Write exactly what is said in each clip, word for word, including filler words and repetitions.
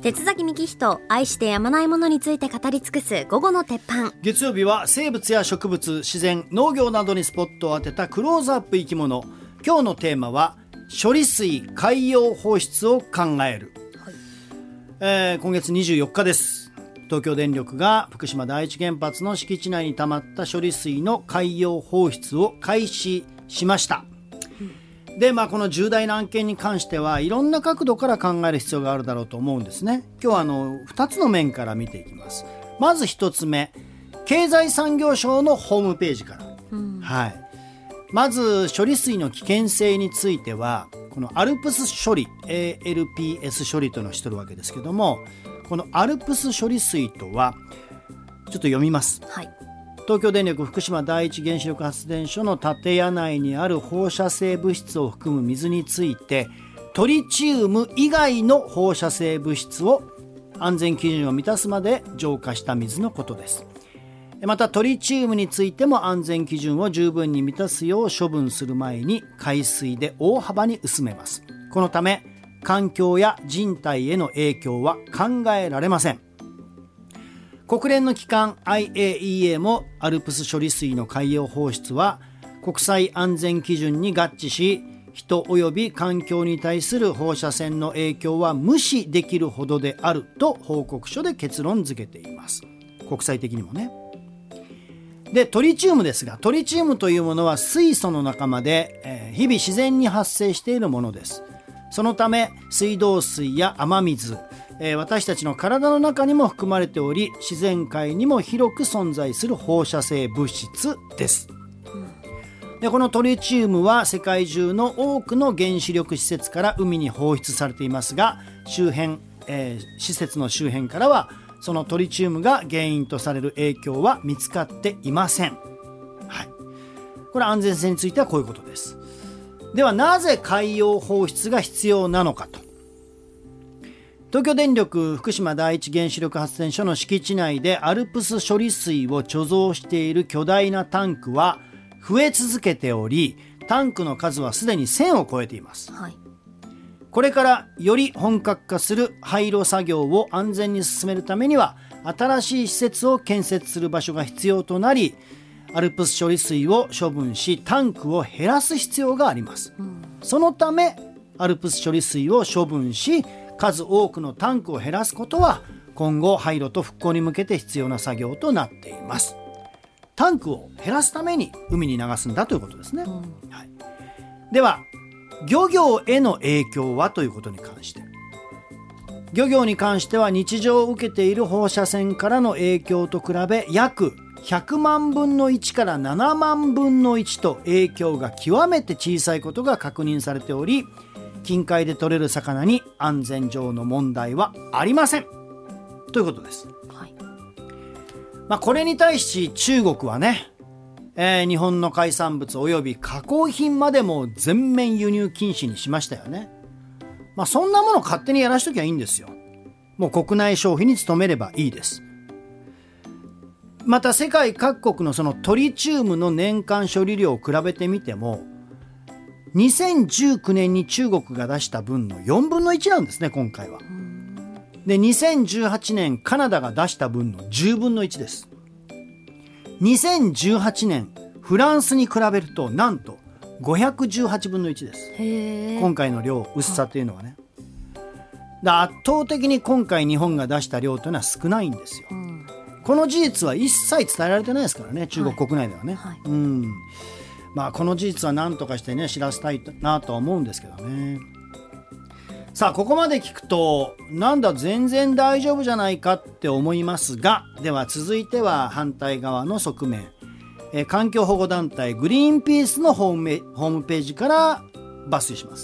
鉄崎幹人、愛してやまないものについて語り尽くす午後の鉄板。 月曜日は生物や植物、自然、農業などにスポットを当てたクローズアップ生き物。今日のテーマは処理水海洋放出を考える、はい。えー、今月にじゅうよっかです。東京電力が福島第一原発の敷地内に溜まった処理水の海洋放出を開始しました。で、まあ、この重大な案件に関してはいろんな角度から考える必要があるだろうと思うんですね。今日はあのふたつの面から見ていきます。まずひとつめ、経済産業省のホームページから、うんはい、まず処理水の危険性についてはこのアルプス処理 エーエルピーエス 処理というのをしてるわけですけども、このアルプス処理水とはちょっと読みます、はい。東京電力福島第一原子力発電所の建屋内にある放射性物質を含む水について、トリチウム以外の放射性物質を安全基準を満たすまで浄化した水のことです。またトリチウムについても安全基準を十分に満たすよう処分する前に海水で大幅に薄めます。このため環境や人体への影響は考えられません。国連の機関 アイエーイーエー もアルプス処理水の海洋放出は国際安全基準に合致し、人及び環境に対する放射線の影響は無視できるほどであると報告書で結論付けています。国際的にもね。で、トリチウムですが、トリチウムというものは水素の仲間で、えー、日々自然に発生しているものです。そのため水道水や雨水、えー、私たちの体の中にも含まれており、自然界にも広く存在する放射性物質です。で、このトリチウムは世界中の多くの原子力施設から海に放出されていますが、周辺、えー、施設の周辺からはそのトリチウムが原因とされる影響は見つかっていません、はい。これ安全性についてはこういうことです。ではなぜ海洋放出が必要なのかと。東京電力福島第一原子力発電所の敷地内でアルプス処理水を貯蔵している巨大なタンクは増え続けており、タンクの数はすでにせんを超えています、はい。これからより本格化する廃炉作業を安全に進めるためには新しい施設を建設する場所が必要となり、アルプス処理水を処分しタンクを減らす必要があります、うん、そのためアルプス処理水を処分し数多くのタンクを減らすことは今後廃炉と復興に向けて必要な作業となっています。タンクを減らすために海に流すんだということですね、うんはい、では漁業への影響はということに関して、漁業に関しては日常を受けている放射線からの影響と比べ約ひゃくまんぶんのいちからななまんぶんのいちと影響が極めて小さいことが確認されており、近海で取れる魚に安全上の問題はありませんということです、はい。まあ、これに対し中国はね、えー、日本の海産物および加工品までも全面輸入禁止にしましたよね。まあ、そんなもの勝手にやらしときゃいいんですよ。もう国内消費に努めればいいです。また世界各国のそのトリチウムの年間処理量を比べてみてもにせんじゅうきゅうねんに中国が出した分のよんぶんのいちなんですね、今回は。で、にせんじゅうはちねんカナダが出した分のじゅうぶんのいちです。にせんじゅうはちねんフランスに比べるとなんとごひゃくじゅうはちぶんのいちです。へー。今回の量、薄さというのはね。だ圧倒的に今回日本が出した量というのは少ないんですよ、うん、この事実は一切伝えられてないですからね、中国国内ではね、はいはい。うんまあ、この事実は何とかしてね知らせたいなとは思うんですけどね。さあ、ここまで聞くとなんだ全然大丈夫じゃないかって思いますが、では続いては反対側の側面、えー、環境保護団体グリーンピースのホーム、ホームページから抜粋します。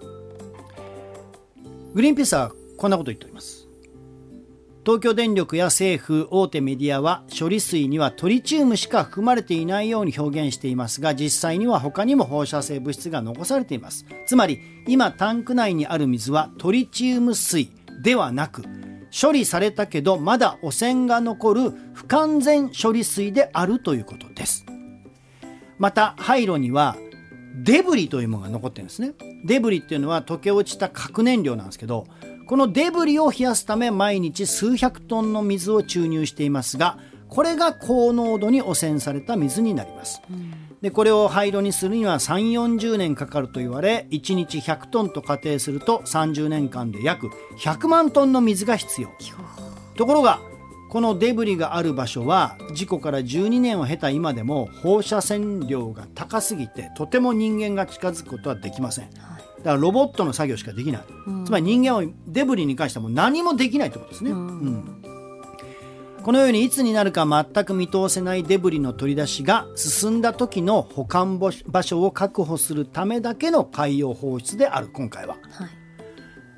グリーンピースはこんなこと言っております。東京電力や政府、大手メディアは処理水にはトリチウムしか含まれていないように表現していますが、実際には他にも放射性物質が残されています。つまり今タンク内にある水はトリチウム水ではなく、処理されたけどまだ汚染が残る不完全処理水であるということです。また廃炉にはデブリというものが残ってるんですね。デブリっていうのは溶け落ちた核燃料なんですけど、 このデブリを冷やすため毎日数百トンの水を注入していますが、これが高濃度に汚染された水になります、うん、でこれを廃炉にするにはさんじゅうよんじゅうねんかかると言われ、いちにちひゃくトンと仮定するとさんじゅうねんかんで約ひゃくまんトンの水が必要。ところがこのデブリがある場所は事故からじゅうにねんを経た今でも放射線量が高すぎてとても人間が近づくことはできません。だからロボットの作業しかできない、うん、つまり人間はデブリに関してはもう何もできないということですね、うんうん、このようにいつになるか全く見通せないデブリの取り出しが進んだ時の保管場所を確保するためだけの海洋放出である今回は、はい、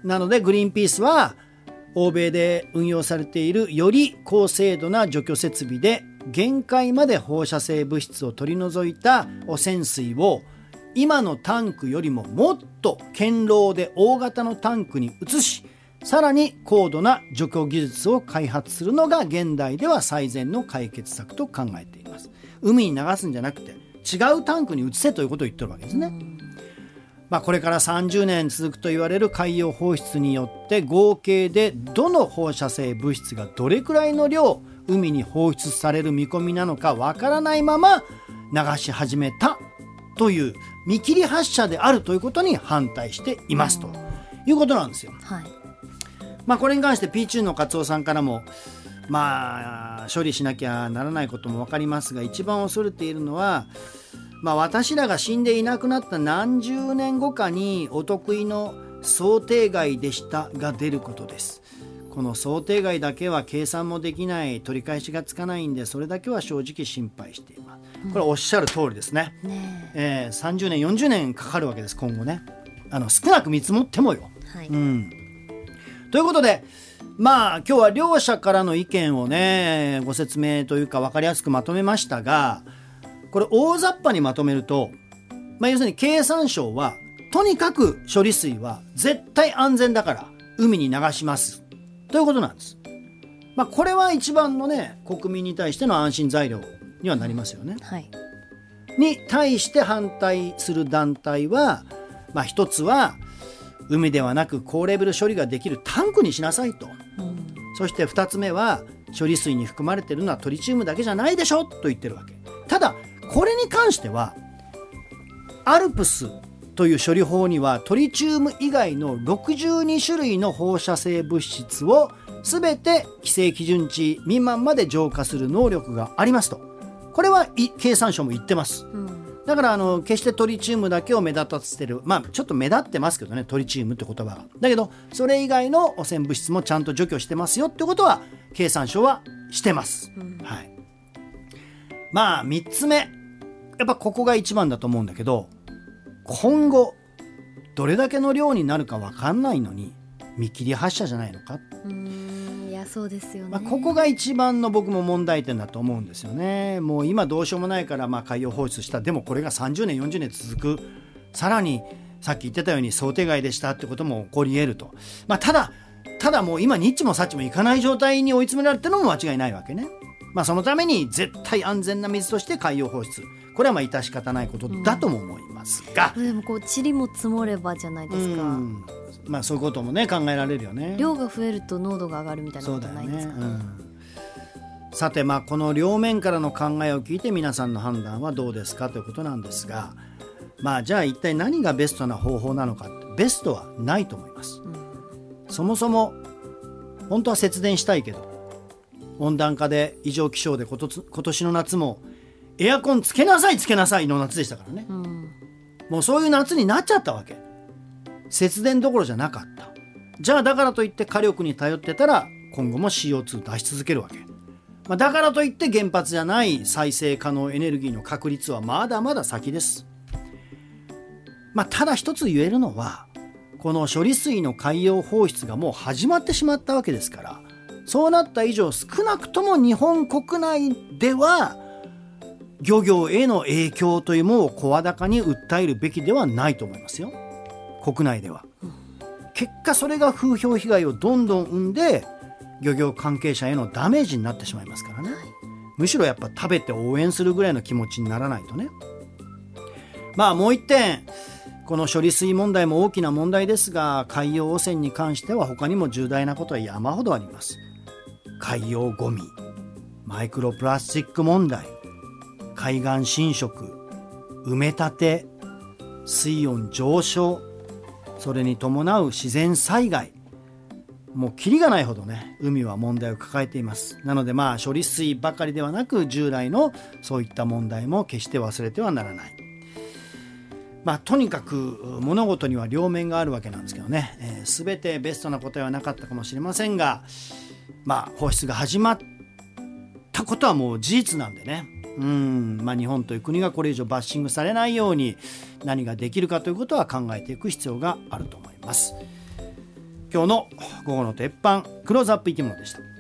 なのでグリーンピースは欧米で運用されているより高精度な除去設備で限界まで放射性物質を取り除いた汚染水を今のタンクよりももっと堅牢で大型のタンクに移し、さらに高度な除去技術を開発するのが現代では最善の解決策と考えています。海に流すんじゃなくて違うタンクに移せということを言ってるわけですね。まあ、これからさんじゅうねん続くと言われる海洋放出によって合計でどの放射性物質がどれくらいの量海に放出される見込みなのかわからないまま流し始めたという見切り発車であるということに反対していますということなんですよ、はい。まあ、これに関して ピーチュー のカツオさんからもまあ処理しなきゃならないことも分かりますが、一番恐れているのはまあ、私らが死んでいなくなった何十年後かにお得意の想定外でしたが出ることです。この想定外だけは計算もできない、取り返しがつかないんで、それだけは正直心配しています。これおっしゃる通りですね、うんねえー、さんじゅうねんよんじゅうねんかかるわけです。今後ね、あの少なく見積もってもよ、はい、うん、ということでまあ今日は両者からの意見をねご説明というか分かりやすくまとめましたが、これ大雑把にまとめると、まあ、要するに経産省はとにかく処理水は絶対安全だから海に流しますということなんです。まあ、これは一番のね国民に対しての安心材料にはなりますよね、はい、に対して反対する団体は、まあ、一つは海ではなく高レベル処理ができるタンクにしなさいと、うん、そして二つ目は処理水に含まれているのはトリチウムだけじゃないでしょと言ってるわけ。ただこれに関してはアルプスという処理法にはトリチウム以外のろくじゅうにしゅるいの放射性物質を全て規制基準値未満まで浄化する能力がありますと、これは経産省も言ってます、うん、だからあの決してトリチウムだけを目立たせてる、まあちょっと目立ってますけどねトリチウムって言葉が、だけどそれ以外の汚染物質もちゃんと除去してますよってことは経産省はしてます、うん、はい。まあみっつめ、やっぱここが一番だと思うんだけど、今後どれだけの量になるか分かんないのに見切り発車じゃないのか。 うーん、いやそうですよね、 まあ、ここが一番の僕も問題点だと思うんですよね。もう今どうしようもないからまあ海洋放出した。でもこれがさんじゅうねんよんじゅうねん続く、さらにさっき言ってたように想定外でしたってことも起こり得ると、まあ、ただただもう今ニッチもサッチもいかない状態に追い詰められてるのも間違いないわけね。まあ、そのために絶対安全な水として海洋放出、これはまあ致し方ないことだとも思いますが、 うん、でもこう塵も積もればじゃないですか、うん、 まあ、そういうこともね考えられるよね。 量が増えると濃度が上がるみたいなことないですかね。そうだよね、 うん、さてまあこの両面からの考えを聞いて皆さんの判断はどうですかということなんですが、まあじゃあ一体何がベストな方法なのかって、ベストはないと思います、うん、そもそも本当は節電したいけど温暖化で異常気象でことつ今年の夏もエアコンつけなさいつけなさいの夏でしたからね、うん、もうそういう夏になっちゃったわけ。節電どころじゃなかった。じゃあだからといって火力に頼ってたら今後も シーオーツー 出し続けるわけ、まあ、だからといって原発じゃない再生可能エネルギーの確率はまだまだ先です、まあ、ただ一つ言えるのはこの処理水の海洋放出がもう始まってしまったわけですから、そうなった以上少なくとも日本国内では漁業への影響というものを声高に訴えるべきではないと思いますよ、国内では、うん、結果それが風評被害をどんどん生んで漁業関係者へのダメージになってしまいますからね、はい、むしろやっぱ食べて応援するぐらいの気持ちにならないとね。まあもう一点この処理水問題も大きな問題ですが、海洋汚染に関しては他にも重大なことは山ほどあります。海洋ゴミ、マイクロプラスチック問題、海岸侵食、埋め立て、水温上昇、それに伴う自然災害、もうキリがないほどね、海は問題を抱えています。なのでまあ処理水ばかりではなく、従来のそういった問題も決して忘れてはならない。まあとにかく物事には両面があるわけなんですけどね、えー、全てベストな答えはなかったかもしれませんが、まあ放出が始まったことはもう事実なんでね、うん、まあ、日本という国がこれ以上バッシングされないように何ができるかということは考えていく必要があると思います。今日の午後の鉄板クローズアップ生き物でした。